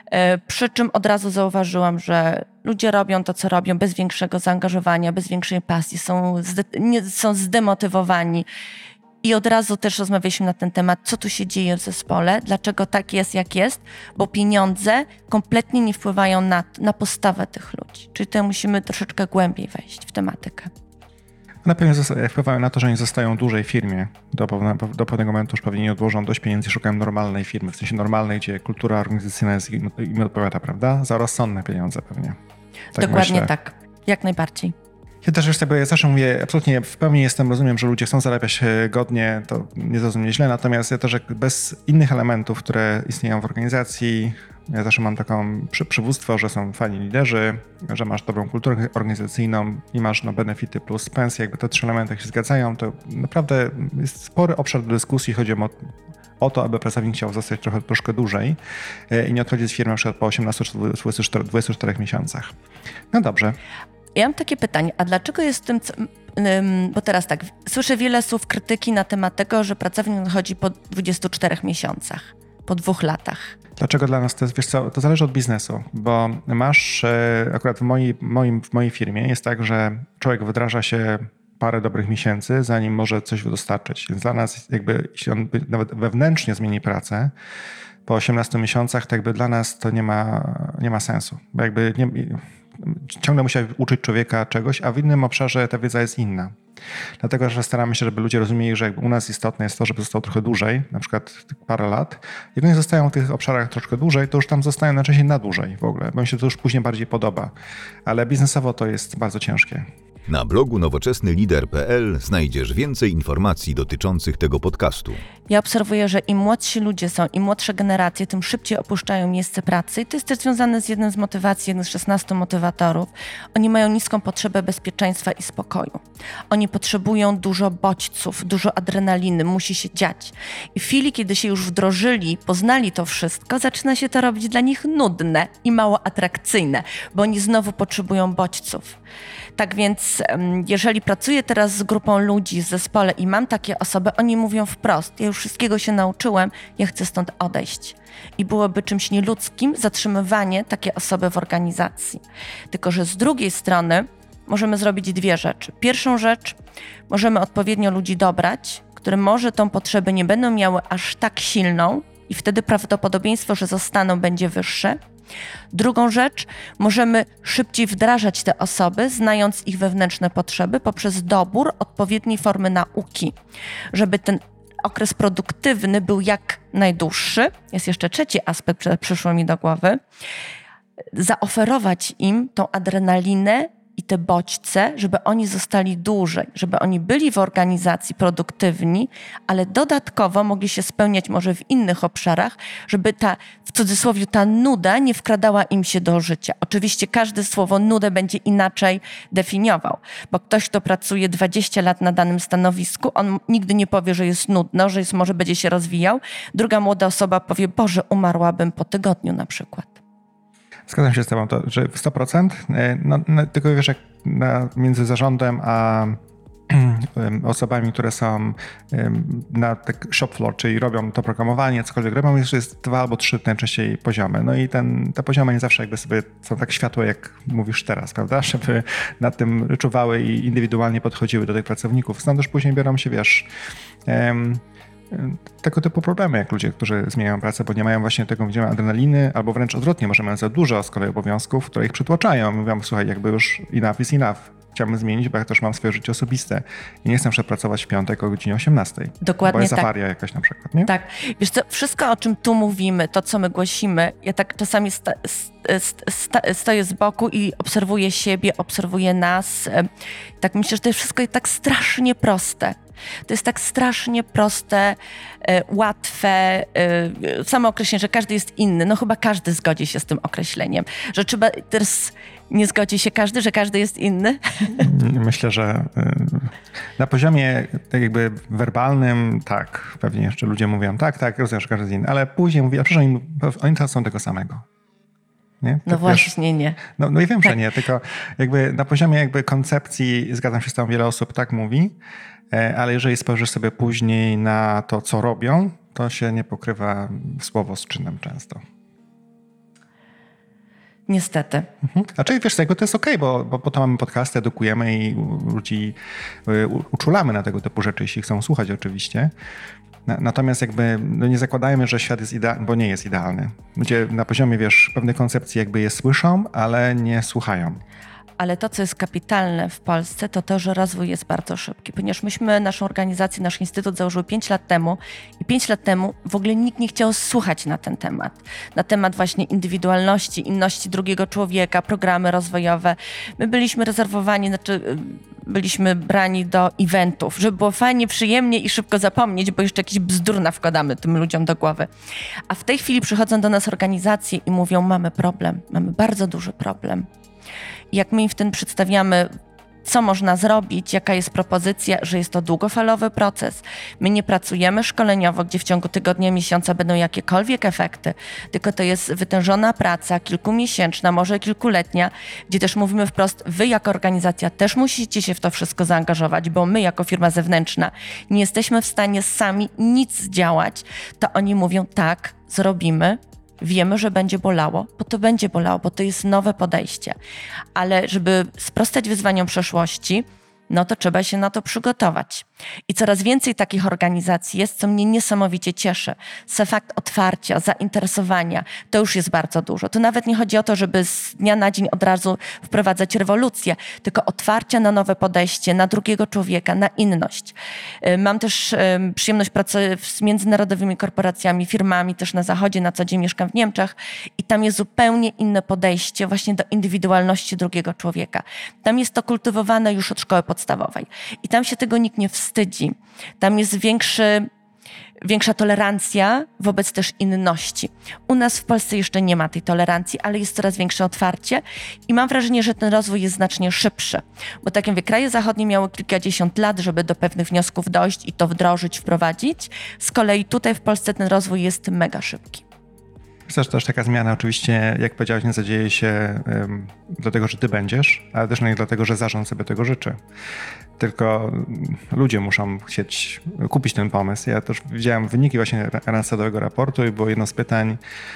Przy czym od razu zauważyłam, że ludzie robią to, co robią bez większego zaangażowania, bez większej pasji, są, zde- nie, są zdemotywowani. I od razu też rozmawialiśmy na ten temat, co tu się dzieje w zespole, dlaczego tak jest, jak jest, bo pieniądze kompletnie nie wpływają na, na postawę tych ludzi. Czyli tutaj musimy troszeczkę głębiej wejść w tematykę. Na pewno wpływają na to, że nie zostają dłużej w firmie. Do, do pewnego momentu już pewnie nie odłożą dość pieniędzy, szukają normalnej firmy, w sensie normalnej, gdzie kultura organizacyjna jest, im, im odpowiada, prawda? Za rozsądne pieniądze pewnie. Tak Dokładnie myślę. Tak, jak najbardziej. Ja też już tego, ja zawsze mówię, absolutnie w pełni jestem, rozumiem, że ludzie chcą zarabiać godnie, to nie zrozumie źle, natomiast ja też bez innych elementów, które istnieją w organizacji, ja zawsze mam taką przy, przywództwo, że są fajni liderzy, że masz dobrą kulturę organizacyjną i masz no, benefity plus pensje, jakby te trzy elementy się zgadzają, to naprawdę jest spory obszar do dyskusji, chodzi o, o to, aby pracownik chciał zostać trochę, troszkę dłużej i nie odchodzić z firmy na przykład po osiemnastu czy dwudziestu czterech miesiącach. No dobrze. Ja mam takie pytanie, a dlaczego jest w tym, bo teraz tak, słyszę wiele słów krytyki na temat tego, że pracownik odchodzi po dwudziestu czterech miesiącach, po dwóch latach. Dlaczego dla nas to jest, wiesz co, to zależy od biznesu, bo masz, akurat w mojej, moim, w mojej firmie jest tak, że człowiek wdraża się parę dobrych miesięcy, zanim może coś dostarczyć. Więc dla nas jakby, jeśli on nawet wewnętrznie zmieni pracę, po osiemnastu miesiącach, to jakby dla nas to nie ma, nie ma sensu. Bo jakby nie, ciągle musiał uczyć człowieka czegoś, a w innym obszarze ta wiedza jest inna. Dlatego, że staramy się, żeby ludzie rozumieli, że jakby u nas istotne jest to, żeby został trochę dłużej, na przykład parę lat. Jak oni zostają w tych obszarach troszkę dłużej, to już tam zostają najczęściej na dłużej w ogóle, bo mi się to już później bardziej podoba. Ale biznesowo to jest bardzo ciężkie. Na blogu nowoczesny lider kropka p l znajdziesz więcej informacji dotyczących tego podcastu. Ja obserwuję, że im młodsi ludzie są, im młodsze generacje, tym szybciej opuszczają miejsce pracy. I to jest też związane z jedną z motywacji, jednym z szesnastu motywatorów. Oni mają niską potrzebę bezpieczeństwa i spokoju. Oni potrzebują dużo bodźców, dużo adrenaliny, musi się dziać. I w chwili, kiedy się już wdrożyli, poznali to wszystko, zaczyna się to robić dla nich nudne i mało atrakcyjne, bo oni znowu potrzebują bodźców. Tak więc jeżeli pracuję teraz z grupą ludzi w zespole i mam takie osoby, oni mówią wprost, ja już wszystkiego się nauczyłem, ja chcę stąd odejść. I byłoby czymś nieludzkim zatrzymywanie takiej osoby w organizacji. Tylko że z drugiej strony możemy zrobić dwie rzeczy. Pierwszą rzecz, możemy odpowiednio ludzi dobrać, które może tą potrzebę nie będą miały aż tak silną i wtedy prawdopodobieństwo, że zostaną, będzie wyższe. Drugą rzecz, możemy szybciej wdrażać te osoby, znając ich wewnętrzne potrzeby poprzez dobór odpowiedniej formy nauki, żeby ten okres produktywny był jak najdłuższy. Jest jeszcze trzeci aspekt, który przyszło mi do głowy. Zaoferować im tą adrenalinę i te bodźce, żeby oni zostali dłużej, żeby oni byli w organizacji produktywni, ale dodatkowo mogli się spełniać może w innych obszarach, żeby ta, w cudzysłowie, ta nuda nie wkradała im się do życia. Oczywiście każde słowo nudę będzie inaczej definiował, bo ktoś, kto pracuje dwadzieścia lat na danym stanowisku, on nigdy nie powie, że jest nudno, że jest, może będzie się rozwijał. Druga młoda osoba powie, Boże, umarłabym po tygodniu na przykład. Zgadzam się z tobą, to, że w sto procent, no, no, tylko wiesz, jak na, między zarządem a osobami, które są na tak shop floor, czyli robią to programowanie, cokolwiek robią, jeszcze jest dwa albo trzy najczęściej poziomy. No i ten, te poziomy nie zawsze jakby sobie są tak światłe, jak mówisz teraz, prawda? Żeby nad tym czuwały i indywidualnie podchodziły do tych pracowników. Stąd też później biorą się, wiesz, um, tego typu problemy, jak ludzie, którzy zmieniają pracę, bo nie mają właśnie tego, gdzie mają adrenaliny, albo wręcz odwrotnie, może mają za dużo z kolei obowiązków, które ich przytłaczają. Mówią, słuchaj, jakby już enough is enough. Chciałbym zmienić, bo ja też mam swoje życie osobiste i nie chcę pracować w piątek o godzinie osiemnastej. Dokładnie bo jest tak. awaria jakaś na przykład, nie? Tak. Wiesz co, wszystko, o czym tu mówimy, to, co my głosimy, ja tak czasami sta, sta, stoję z boku i obserwuję siebie, obserwuję nas. Tak myślę, że to jest wszystko tak strasznie proste. To jest tak strasznie proste, e, łatwe, e, samo określenie, że każdy jest inny. No chyba każdy zgodzi się z tym określeniem. Że trzeba teraz nie zgodzi się każdy, że każdy jest inny? Myślę, że na poziomie tak jakby werbalnym tak, pewnie jeszcze ludzie mówią tak, tak, rozumiem, że każdy jest inny, ale później mówię, a przecież oni, oni to są tego samego. Nie? No tak, właśnie wiesz, nie. No, no i wiem, tak. że nie, tylko jakby na poziomie jakby koncepcji, zgadzam się z tą, wiele osób tak mówi, ale jeżeli spojrzysz sobie później na to, co robią, to się nie pokrywa słowo z czynem często. Niestety. Mhm. Znaczy, wiesz, jakby to jest okej, okay, bo, bo po to mamy podcasty, edukujemy i ludzi uczulamy na tego typu rzeczy, jeśli chcą słuchać oczywiście. Natomiast jakby no nie zakładajmy, że świat jest idealny, bo nie jest idealny. Ludzie na poziomie, wiesz, pewnej koncepcji jakby je słyszą, ale nie słuchają. Ale to, co jest kapitalne w Polsce, to to, że rozwój jest bardzo szybki. Ponieważ myśmy naszą organizację, nasz instytut założyły pięć lat temu i pięć lat temu w ogóle nikt nie chciał słuchać na ten temat. Na temat właśnie indywidualności, inności drugiego człowieka, programy rozwojowe. My byliśmy rezerwowani, znaczy byliśmy brani do eventów, żeby było fajnie, przyjemnie i szybko zapomnieć, bo jeszcze jakiś bzdur nawkładamy tym ludziom do głowy. A w tej chwili przychodzą do nas organizacje i mówią, mamy problem, mamy bardzo duży problem. Jak my im w tym przedstawiamy, co można zrobić, jaka jest propozycja, że jest to długofalowy proces. My nie pracujemy szkoleniowo, gdzie w ciągu tygodnia, miesiąca będą jakiekolwiek efekty, tylko to jest wytężona praca, kilkumiesięczna, może kilkuletnia, gdzie też mówimy wprost, wy jako organizacja też musicie się w to wszystko zaangażować, bo my jako firma zewnętrzna nie jesteśmy w stanie sami nic zdziałać. To oni mówią, tak, zrobimy. Wiemy, że będzie bolało, bo to będzie bolało, bo to jest nowe podejście. Ale żeby sprostać wyzwaniom przeszłości, no to trzeba się na to przygotować. I coraz więcej takich organizacji jest, co mnie niesamowicie cieszy. Sam fakt otwarcia, zainteresowania, to już jest bardzo dużo. To nawet nie chodzi o to, żeby z dnia na dzień od razu wprowadzać rewolucję, tylko otwarcia na nowe podejście, na drugiego człowieka, na inność. Mam też przyjemność pracować z międzynarodowymi korporacjami, firmami też na zachodzie, na co dzień mieszkam w Niemczech i tam jest zupełnie inne podejście właśnie do indywidualności drugiego człowieka. Tam jest to kultywowane już od szkoły podstawowej i tam się tego nikt nie wstydzi. Tam jest większy, większa tolerancja wobec też inności. U nas w Polsce jeszcze nie ma tej tolerancji, ale jest coraz większe otwarcie i mam wrażenie, że ten rozwój jest znacznie szybszy. Bo tak jak mówię, kraje zachodnie miały kilkadziesiąt lat, żeby do pewnych wniosków dojść i to wdrożyć, wprowadzić. Z kolei tutaj w Polsce ten rozwój jest mega szybki. Myślę, że też taka zmiana oczywiście, jak powiedziałeś, nie zadzieje się um, dlatego, że ty będziesz, ale też nie dlatego, że zarząd sobie tego życzy. Tylko ludzie muszą chcieć kupić ten pomysł. Ja też widziałem wyniki właśnie Randstadowego raportu i było jedno z pytań,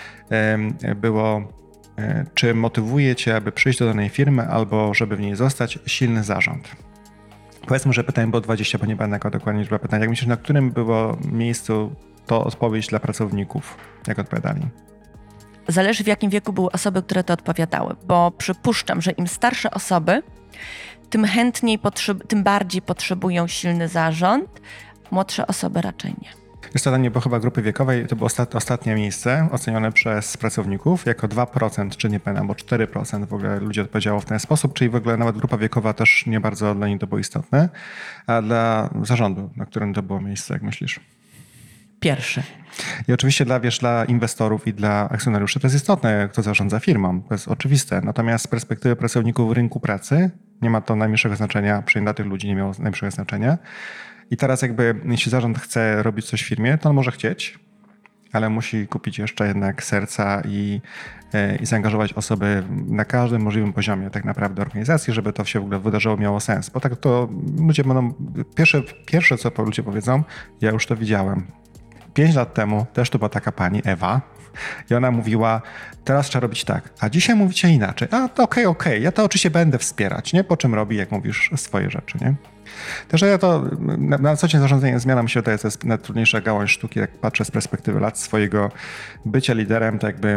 um, było czy motywuje cię, aby przyjść do danej firmy albo żeby w niej zostać, silny zarząd. Powiedzmy, że pytań było dwadzieścia, bo nie będę jako dokładnie liczba pytań. Jak myślisz, na którym było miejscu to odpowiedź dla pracowników? Jak odpowiadali? Zależy, w jakim wieku były osoby, które to odpowiadały, bo przypuszczam, że im starsze osoby, tym chętniej, potrzeb- tym bardziej potrzebują silny zarząd, młodsze osoby raczej nie. Jest to dla mnie, bo chyba grupy wiekowej to było ostat- ostatnie miejsce ocenione przez pracowników jako dwa procent, czy nie pamiętam, albo cztery procent w ogóle ludzi odpowiedziało w ten sposób, czyli w ogóle nawet grupa wiekowa też nie bardzo dla nich to było istotne, a dla zarządu, na którym to było miejsce, jak myślisz? Pierwszy. I oczywiście dla, wiesz, dla inwestorów i dla akcjonariuszy to jest istotne, kto zarządza firmą, to jest oczywiste. Natomiast z perspektywy pracowników rynku pracy nie ma to najmniejszego znaczenia, przynajmniej dla tych ludzi nie miało najmniejszego znaczenia. I teraz jakby, jeśli zarząd chce robić coś w firmie, to on może chcieć, ale musi kupić jeszcze jednak serca i, i zaangażować osoby na każdym możliwym poziomie tak naprawdę organizacji, żeby to się w ogóle wydarzyło, miało sens. Bo tak to ludzie będą, pierwsze, pierwsze co ludzie powiedzą, ja już to widziałem. Pięć lat temu też to była taka pani Ewa i ona mówiła, teraz trzeba robić tak, a dzisiaj mówicie inaczej. A to okej, okay, okej, okay. Ja to oczywiście będę wspierać, nie? Po czym robi, jak mówisz, swoje rzeczy, nie? Także ja to, na, na co dzień zarządzanie zmianą mi się wydaje, to jest najtrudniejsza gałąź sztuki, jak patrzę z perspektywy lat swojego bycia liderem, to jakby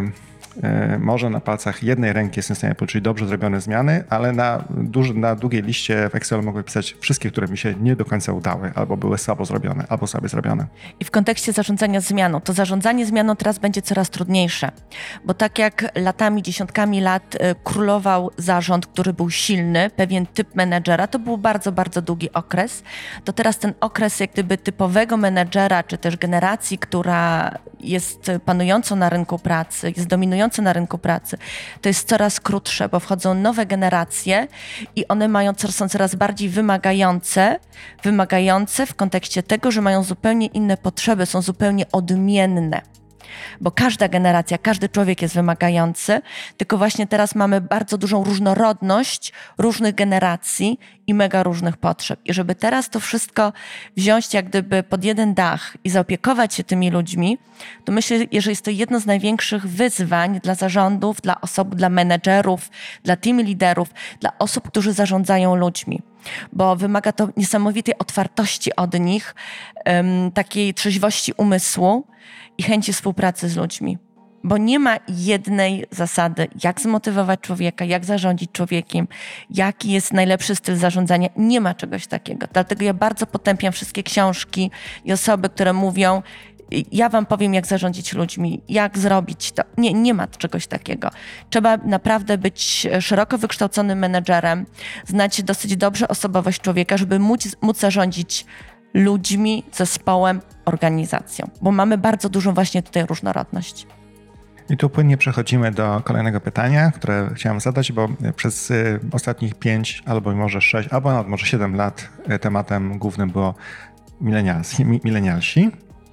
e, może na palcach jednej ręki jestem w stanie poczuć dobrze zrobione zmiany, ale na, duży, na długiej liście w Excelu mogę pisać wszystkie, które mi się nie do końca udały, albo były słabo zrobione, albo słabo zrobione. I w kontekście zarządzania zmianą, to zarządzanie zmianą teraz będzie coraz trudniejsze, bo tak jak latami, dziesiątkami lat y, królował zarząd, który był silny, pewien typ menedżera, to był bardzo, bardzo długi okres, to teraz ten okres jak gdyby typowego menedżera, czy też generacji, która jest panującą na rynku pracy, jest dominująca na rynku pracy, to jest coraz krótsze, bo wchodzą nowe generacje i one mają, są coraz bardziej wymagające, wymagające w kontekście tego, że mają zupełnie inne potrzeby, są zupełnie odmienne. Bo każda generacja, każdy człowiek jest wymagający, tylko właśnie teraz mamy bardzo dużą różnorodność różnych generacji i mega różnych potrzeb. I żeby teraz to wszystko wziąć jak gdyby pod jeden dach i zaopiekować się tymi ludźmi, to myślę, że jest to jedno z największych wyzwań dla zarządów, dla osób, dla menedżerów, dla team liderów, dla osób, którzy zarządzają ludźmi. Bo wymaga to niesamowitej otwartości od nich, um, takiej trzeźwości umysłu i chęci współpracy z ludźmi. Bo nie ma jednej zasady, jak zmotywować człowieka, jak zarządzić człowiekiem, jaki jest najlepszy styl zarządzania. Nie ma czegoś takiego. Dlatego ja bardzo potępiam wszystkie książki i osoby, które mówią, ja wam powiem, jak zarządzić ludźmi, jak zrobić to. Nie, nie ma czegoś takiego. Trzeba naprawdę być szeroko wykształconym menedżerem, znać dosyć dobrze osobowość człowieka, żeby móc, móc zarządzić ludźmi, zespołem, organizacją. Bo mamy bardzo dużą właśnie tutaj różnorodność. I tu płynnie przechodzimy do kolejnego pytania, które chciałem zadać, bo przez ostatnich pięć, albo może sześć, albo nawet może siedem lat tematem głównym było milenialsi. milenialsi.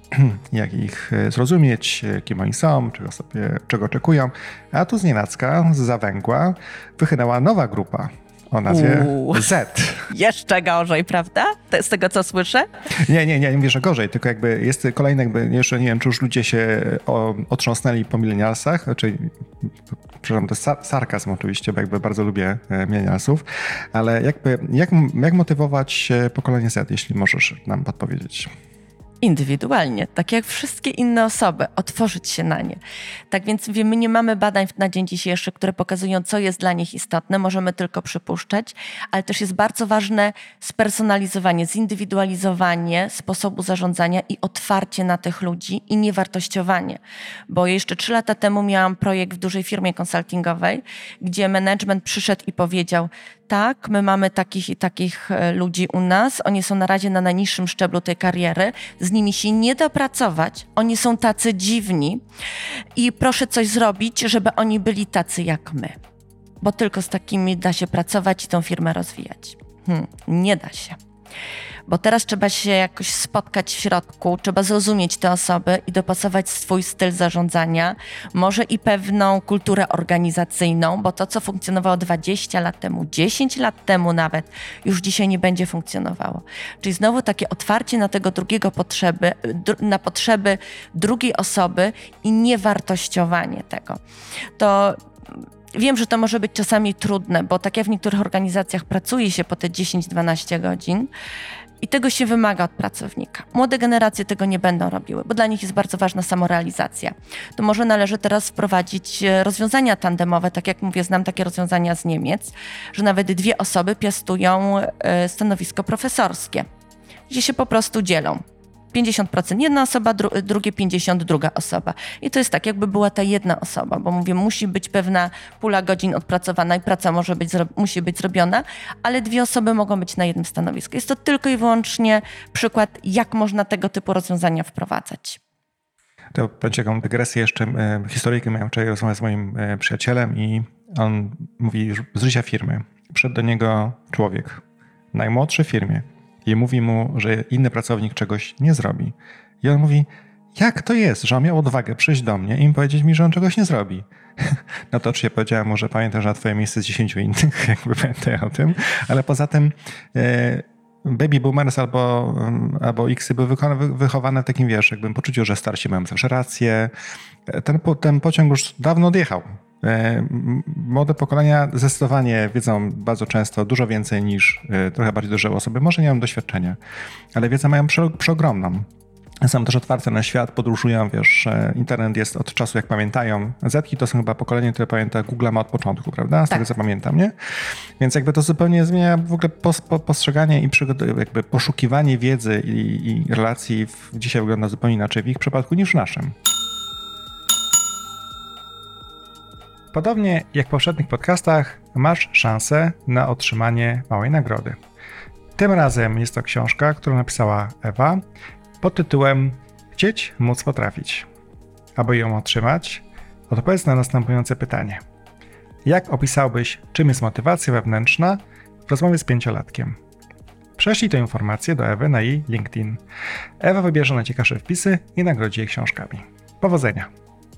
Jak ich zrozumieć, kim oni są, czego sobie, czego oczekują. A tu znienacka, z zawęgła, wychynęła nowa grupa o nazwie Uuu. Z. Jeszcze gorzej, prawda? To z tego, co słyszę? Nie, nie, nie, nie mówię, że gorzej, tylko jakby jest kolejny, jakby jeszcze nie wiem, czy już ludzie się o, otrząsnęli po milenialsach, znaczy przepraszam, to jest sar- sarkazm oczywiście, bo jakby bardzo lubię e, millennialsów, ale jakby, jak, jak motywować pokolenie Z, jeśli możesz nam podpowiedzieć? Indywidualnie, tak jak wszystkie inne osoby, otworzyć się na nie. Tak więc mówię, my nie mamy badań na dzień dzisiejszy, które pokazują, co jest dla nich istotne, możemy tylko przypuszczać, ale też jest bardzo ważne spersonalizowanie, zindywidualizowanie sposobu zarządzania i otwarcie na tych ludzi i niewartościowanie. Bo jeszcze trzy lata temu miałam projekt w dużej firmie konsultingowej, gdzie management przyszedł i powiedział: tak, my mamy takich i takich ludzi u nas, oni są na razie na najniższym szczeblu tej kariery, z nimi się nie da pracować, oni są tacy dziwni i proszę coś zrobić, żeby oni byli tacy jak my, bo tylko z takimi da się pracować i tą firmę rozwijać. Hmm, nie da się. Bo teraz trzeba się jakoś spotkać w środku, trzeba zrozumieć te osoby i dopasować swój styl zarządzania, może i pewną kulturę organizacyjną, bo to, co funkcjonowało dwadzieścia lat temu, dziesięć lat temu nawet, już dzisiaj nie będzie funkcjonowało. Czyli znowu takie otwarcie na tego drugiego potrzeby, na potrzeby drugiej osoby i niewartościowanie tego. To wiem, że to może być czasami trudne, bo tak jak w niektórych organizacjach pracuje się po te dziesięć dwanaście godzin i tego się wymaga od pracownika. Młode generacje tego nie będą robiły, bo dla nich jest bardzo ważna samorealizacja. To może należy teraz wprowadzić rozwiązania tandemowe, tak jak mówię, znam takie rozwiązania z Niemiec, że nawet dwie osoby piastują stanowisko profesorskie, gdzie się po prostu dzielą. pięćdziesiąt procent jedna osoba, dru- drugie pięćdziesiąt procent druga osoba. I to jest tak, jakby była ta jedna osoba, bo mówię, musi być pewna pula godzin odpracowana i praca może być zro- musi być zrobiona, ale dwie osoby mogą być na jednym stanowisku. Jest to tylko i wyłącznie przykład, jak można tego typu rozwiązania wprowadzać. To będzie taką dygresję jeszcze. E, historyjkę miałem wczoraj rozmowę z moim e, przyjacielem i on mówi z życia firmy. Przyszedł do niego człowiek, najmłodszy w firmie, i mówi mu, że inny pracownik czegoś nie zrobi. I on mówi: jak to jest, że on miał odwagę przyjść do mnie i powiedzieć mi, że on czegoś nie zrobi? No to oczywiście powiedziałem mu, że pamiętam, że na twoje miejsce z dziesięciu innych, jakby pamiętaj o tym, ale poza tym e, baby boomers albo, albo X-y były wychowane w takim, wiesz, jakbym poczuciu, że starsi mają zawsze rację. Ten, ten pociąg już dawno odjechał. Młode pokolenia zdecydowanie wiedzą bardzo często dużo więcej niż trochę bardziej dojrzałe osoby. Może nie mają doświadczenia, ale wiedzę mają prze, przeogromną. Są też otwarte na świat, podróżują, wiesz, internet jest od czasu, jak pamiętają. Zetki to są chyba pokolenie, które pamięta Google ma od początku, prawda? Z tak. tego, co pamiętam, nie? Więc jakby to zupełnie zmienia w ogóle pos, po, postrzeganie i jakby poszukiwanie wiedzy i, i relacji w, dzisiaj wygląda zupełnie inaczej w ich przypadku niż w naszym. Podobnie jak w poprzednich podcastach, masz szansę na otrzymanie małej nagrody. Tym razem jest to książka, którą napisała Ewa pod tytułem Chcieć, móc, potrafić. Aby ją otrzymać, odpowiedz na następujące pytanie. Jak opisałbyś, czym jest motywacja wewnętrzna w rozmowie z pięciolatkiem? Prześlij tę informację do Ewy na jej LinkedIn. Ewa wybierze najciekawsze wpisy i nagrodzi je książkami. Powodzenia!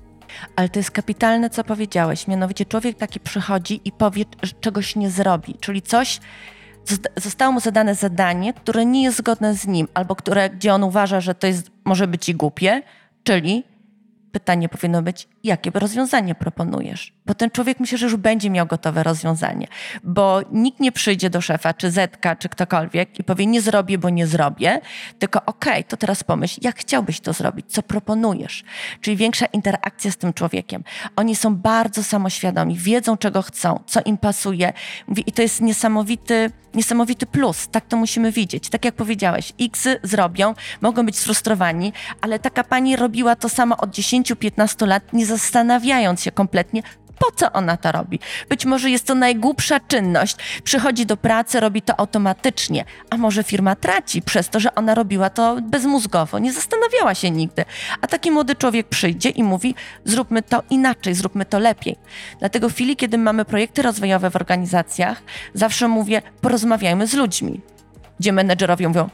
Ale to jest kapitalne, co powiedziałeś. Mianowicie człowiek taki przychodzi i powie, że czegoś nie zrobi. Czyli coś, zostało mu zadane zadanie, które nie jest zgodne z nim, albo które, gdzie on uważa, że to jest, może być i głupie, czyli pytanie powinno być, jakie rozwiązanie proponujesz? Bo ten człowiek myślę, że już będzie miał gotowe rozwiązanie, bo nikt nie przyjdzie do szefa, czy zetka, czy ktokolwiek i powie, nie zrobię, bo nie zrobię, tylko okej, okay, to teraz pomyśl, jak chciałbyś to zrobić, co proponujesz? Czyli większa interakcja z tym człowiekiem. Oni są bardzo samoświadomi, wiedzą, czego chcą, co im pasuje i to jest niesamowity, niesamowity plus. Tak to musimy widzieć. Tak jak powiedziałeś, X-y zrobią, mogą być sfrustrowani, ale taka pani robiła to samo od dziesięciu do piętnastu lat, nie zastanawiając się kompletnie, po co ona to robi. Być może jest to najgłupsza czynność. Przychodzi do pracy, robi to automatycznie, a może firma traci przez to, że ona robiła to bezmózgowo, nie zastanawiała się nigdy. A taki młody człowiek przyjdzie i mówi, zróbmy to inaczej, zróbmy to lepiej. Dlatego w chwili, kiedy mamy projekty rozwojowe w organizacjach, zawsze mówię, porozmawiajmy z ludźmi, gdzie menedżerowie mówią,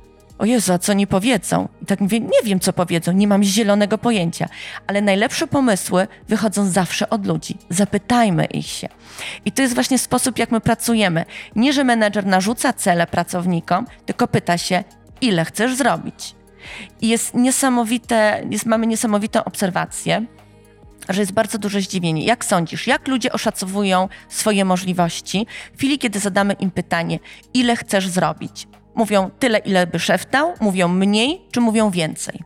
o Jezu, a co nie powiedzą? I tak mówię, nie wiem, co powiedzą, nie mam zielonego pojęcia. Ale najlepsze pomysły wychodzą zawsze od ludzi. Zapytajmy ich się. I to jest właśnie sposób, jak my pracujemy. Nie, że menedżer narzuca cele pracownikom, tylko pyta się, ile chcesz zrobić. I jest niesamowite, jest, mamy niesamowitą obserwację, że jest bardzo duże zdziwienie. Jak sądzisz, jak ludzie oszacowują swoje możliwości w chwili, kiedy zadamy im pytanie, ile chcesz zrobić? Mówią tyle, ile by szef dał, mówią mniej, czy mówią więcej?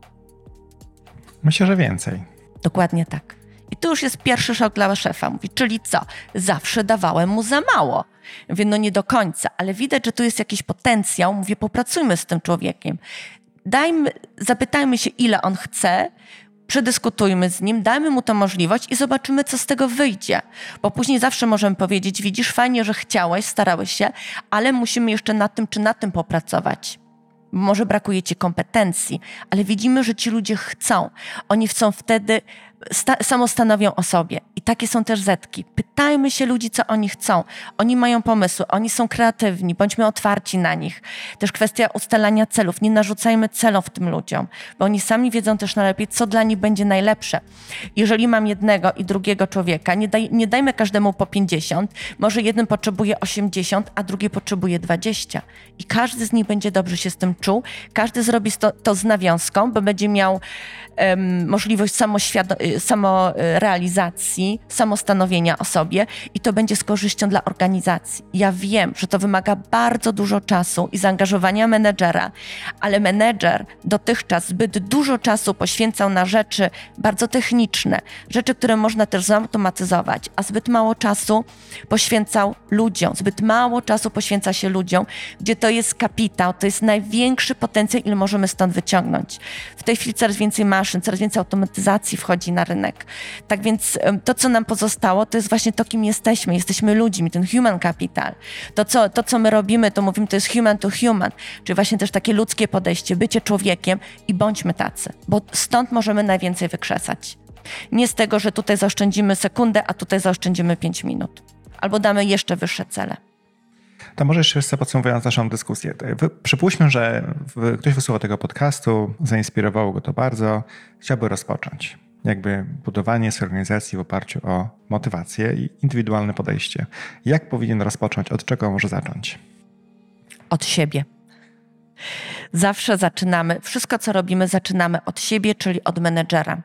Myślę, że więcej. Dokładnie tak. I tu już jest pierwszy szok dla szefa. Mówi, czyli co? Zawsze dawałem mu za mało. Mówię, no nie do końca, ale widać, że tu jest jakiś potencjał. Mówię, popracujmy z tym człowiekiem. Dajmy, zapytajmy się, ile on chce, przedyskutujmy z nim, dajmy mu tę możliwość i zobaczymy, co z tego wyjdzie. Bo później zawsze możemy powiedzieć, widzisz, fajnie, że chciałeś, starałeś się, ale musimy jeszcze nad tym czy nad tym popracować. Może brakuje ci kompetencji, ale widzimy, że ci ludzie chcą. Oni chcą wtedy, sta- samostanowią o sobie. I takie są też zetki. Pytajmy się ludzi, co oni chcą. Oni mają pomysły, oni są kreatywni, bądźmy otwarci na nich. Też kwestia ustalania celów. Nie narzucajmy celów tym ludziom, bo oni sami wiedzą też najlepiej, co dla nich będzie najlepsze. Jeżeli mam jednego i drugiego człowieka, nie, daj, nie dajmy każdemu po pięćdziesiąt, może jeden potrzebuje osiemdziesiąt, a drugi potrzebuje dwadzieścia. I każdy z nich będzie dobrze się z tym czuł. Każdy zrobi to, to z nawiązką, bo będzie miał um, możliwość samoświado- samorealizacji, samostanowienia o sobie i to będzie z korzyścią dla organizacji. Ja wiem, że to wymaga bardzo dużo czasu i zaangażowania menedżera, ale menedżer dotychczas zbyt dużo czasu poświęcał na rzeczy bardzo techniczne, rzeczy, które można też zautomatyzować, a zbyt mało czasu poświęcał ludziom, zbyt mało czasu poświęca się ludziom, gdzie to jest kapitał, to jest największy potencjał, ile możemy stąd wyciągnąć. W tej chwili coraz więcej maszyn, coraz więcej automatyzacji wchodzi na rynek. Tak więc to, co nam pozostało, to jest właśnie to, kim jesteśmy. Jesteśmy ludźmi, ten human capital. To co, to, co my robimy, to mówimy, to jest human to human, czyli właśnie też takie ludzkie podejście, bycie człowiekiem i bądźmy tacy, bo stąd możemy najwięcej wykrzesać. Nie z tego, że tutaj zaoszczędzimy sekundę, a tutaj zaoszczędzimy pięć minut. Albo damy jeszcze wyższe cele. To może jeszcze podsumowując naszą dyskusję. Przypuśćmy, że ktoś wysłuchał tego podcastu, zainspirowało go to bardzo, chciałby rozpocząć. Jakby budowanie swojej organizacji w oparciu o motywację i indywidualne podejście. Jak powinien rozpocząć? Od czego może zacząć? Od siebie. Zawsze zaczynamy, wszystko co robimy zaczynamy od siebie, czyli od menedżera.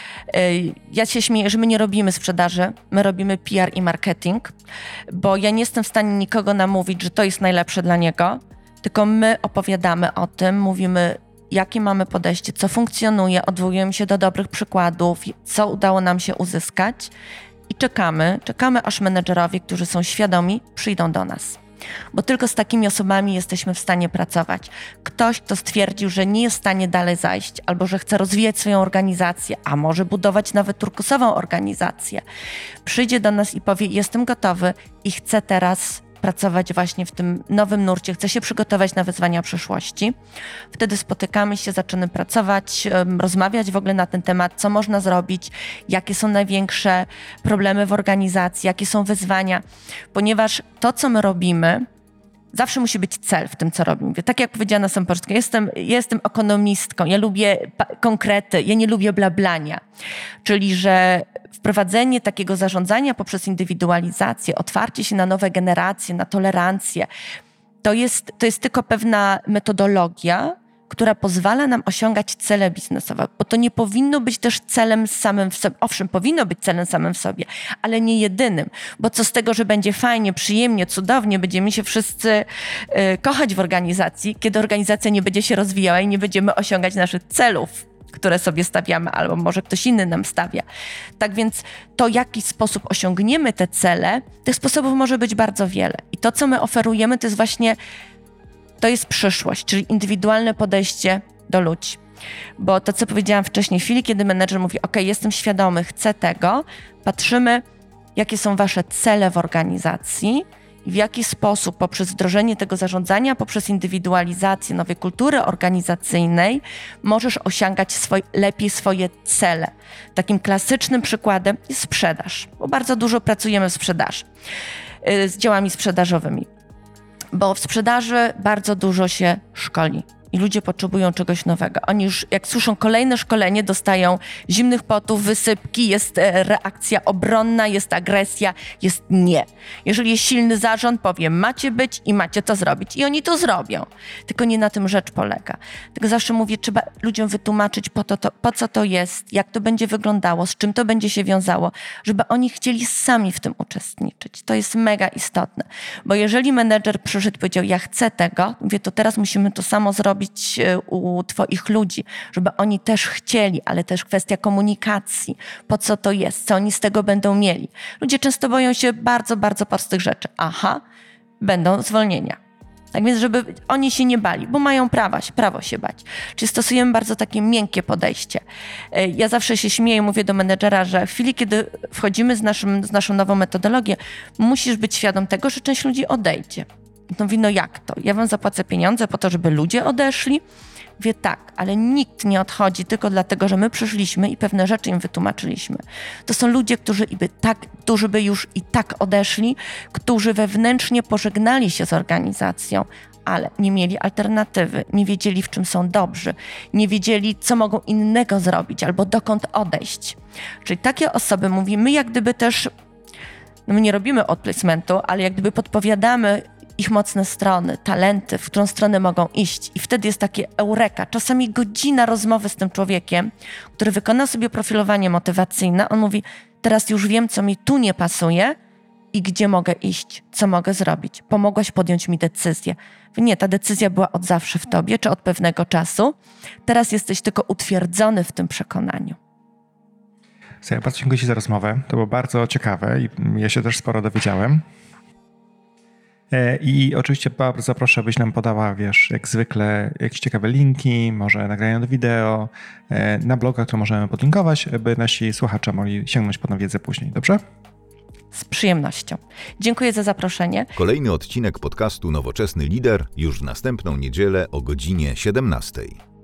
Ja się śmieję, że my nie robimy sprzedaży, my robimy P R i marketing, bo ja nie jestem w stanie nikogo namówić, że to jest najlepsze dla niego, tylko my opowiadamy o tym, mówimy, jakie mamy podejście, co funkcjonuje, odwołujemy się do dobrych przykładów, co udało nam się uzyskać i czekamy, czekamy aż menedżerowie, którzy są świadomi, przyjdą do nas. Bo tylko z takimi osobami jesteśmy w stanie pracować. Ktoś, kto stwierdził, że nie jest w stanie dalej zajść, albo że chce rozwijać swoją organizację, a może budować nawet turkusową organizację, przyjdzie do nas i powie, jestem gotowy i chcę teraz pracować właśnie w tym nowym nurcie, chcę się przygotować na wyzwania przyszłości. Wtedy spotykamy się, zaczynamy pracować, rozmawiać w ogóle na ten temat, co można zrobić, jakie są największe problemy w organizacji, jakie są wyzwania, ponieważ to, co my robimy, zawsze musi być cel w tym, co robimy. Tak jak powiedziałam na samym początku, jestem, jestem ekonomistką, ja lubię konkrety, ja nie lubię blablania. Czyli, że wprowadzenie takiego zarządzania poprzez indywidualizację, otwarcie się na nowe generacje, na tolerancję, to jest, to jest tylko pewna metodologia, która pozwala nam osiągać cele biznesowe, bo to nie powinno być też celem samym w sobie. Owszem, powinno być celem samym w sobie, ale nie jedynym, bo co z tego, że będzie fajnie, przyjemnie, cudownie, będziemy się wszyscy y, kochać w organizacji, kiedy organizacja nie będzie się rozwijała i nie będziemy osiągać naszych celów, które sobie stawiamy, albo może ktoś inny nam stawia. Tak więc to, w jaki sposób osiągniemy te cele, tych sposobów może być bardzo wiele. I to, co my oferujemy, to jest właśnie to jest przyszłość, czyli indywidualne podejście do ludzi. Bo to, co powiedziałam wcześniej, w chwili, kiedy menedżer mówi, ok, jestem świadomy, chcę tego, patrzymy, jakie są wasze cele w organizacji i w jaki sposób poprzez wdrożenie tego zarządzania, poprzez indywidualizację nowej kultury organizacyjnej możesz osiągać swoj, lepiej swoje cele. Takim klasycznym przykładem jest sprzedaż, bo bardzo dużo pracujemy w sprzedaży, z działami sprzedażowymi. Bo w sprzedaży bardzo dużo się szkoli. i ludzie potrzebują czegoś nowego. Oni już jak słyszą kolejne szkolenie, dostają zimnych potów, wysypki, jest reakcja obronna, jest agresja, jest nie. Jeżeli jest silny zarząd, powie macie być i macie to zrobić. I oni to zrobią. Tylko nie na tym rzecz polega. Tylko zawsze mówię, trzeba ludziom wytłumaczyć po, to, to, po co to jest, jak to będzie wyglądało, z czym to będzie się wiązało, żeby oni chcieli sami w tym uczestniczyć. To jest mega istotne. Bo jeżeli menedżer przyszedł i powiedział, ja chcę tego, mówię, to teraz musimy to samo zrobić u twoich ludzi, żeby oni też chcieli, ale też kwestia komunikacji, po co to jest, co oni z tego będą mieli. Ludzie często boją się bardzo, bardzo prostych rzeczy. Aha, będą zwolnienia. Tak więc, żeby oni się nie bali, bo mają prawa, prawo się bać. Czyli stosujemy bardzo takie miękkie podejście. Ja zawsze się śmieję, mówię do menedżera, że w chwili, kiedy wchodzimy z, naszym, z naszą nową metodologią, musisz być świadom tego, że część ludzi odejdzie. No mówi, no jak to? Ja wam zapłacę pieniądze po to, żeby ludzie odeszli? Mówię, tak, ale nikt nie odchodzi tylko dlatego, że my przyszliśmy i pewne rzeczy im wytłumaczyliśmy. To są ludzie, którzy by, tak, którzy by już i tak odeszli, którzy wewnętrznie pożegnali się z organizacją, ale nie mieli alternatywy, nie wiedzieli, w czym są dobrzy, nie wiedzieli, co mogą innego zrobić albo dokąd odejść. Czyli takie osoby, mówi, my jak gdyby też, no my nie robimy outplacementu, ale jak gdyby podpowiadamy ich mocne strony, talenty, w którą stronę mogą iść. I wtedy jest takie eureka. Czasami godzina rozmowy z tym człowiekiem, który wykona sobie profilowanie motywacyjne. On mówi, teraz już wiem, co mi tu nie pasuje i gdzie mogę iść, co mogę zrobić. Pomogłaś podjąć mi decyzję. Nie, ta decyzja była od zawsze w tobie, czy od pewnego czasu. Teraz jesteś tylko utwierdzony w tym przekonaniu. Ja bardzo dziękuję ci za rozmowę. To było bardzo ciekawe i ja się też sporo dowiedziałem. I oczywiście bardzo proszę, abyś nam podała, wiesz, jak zwykle jakieś ciekawe linki, może nagrania do wideo, na bloga, które możemy podlinkować, by nasi słuchacze mogli sięgnąć po tę wiedzę później, dobrze? Z przyjemnością. Dziękuję za zaproszenie. Kolejny odcinek podcastu Nowoczesny Lider już w następną niedzielę o godzinie siedemnastej.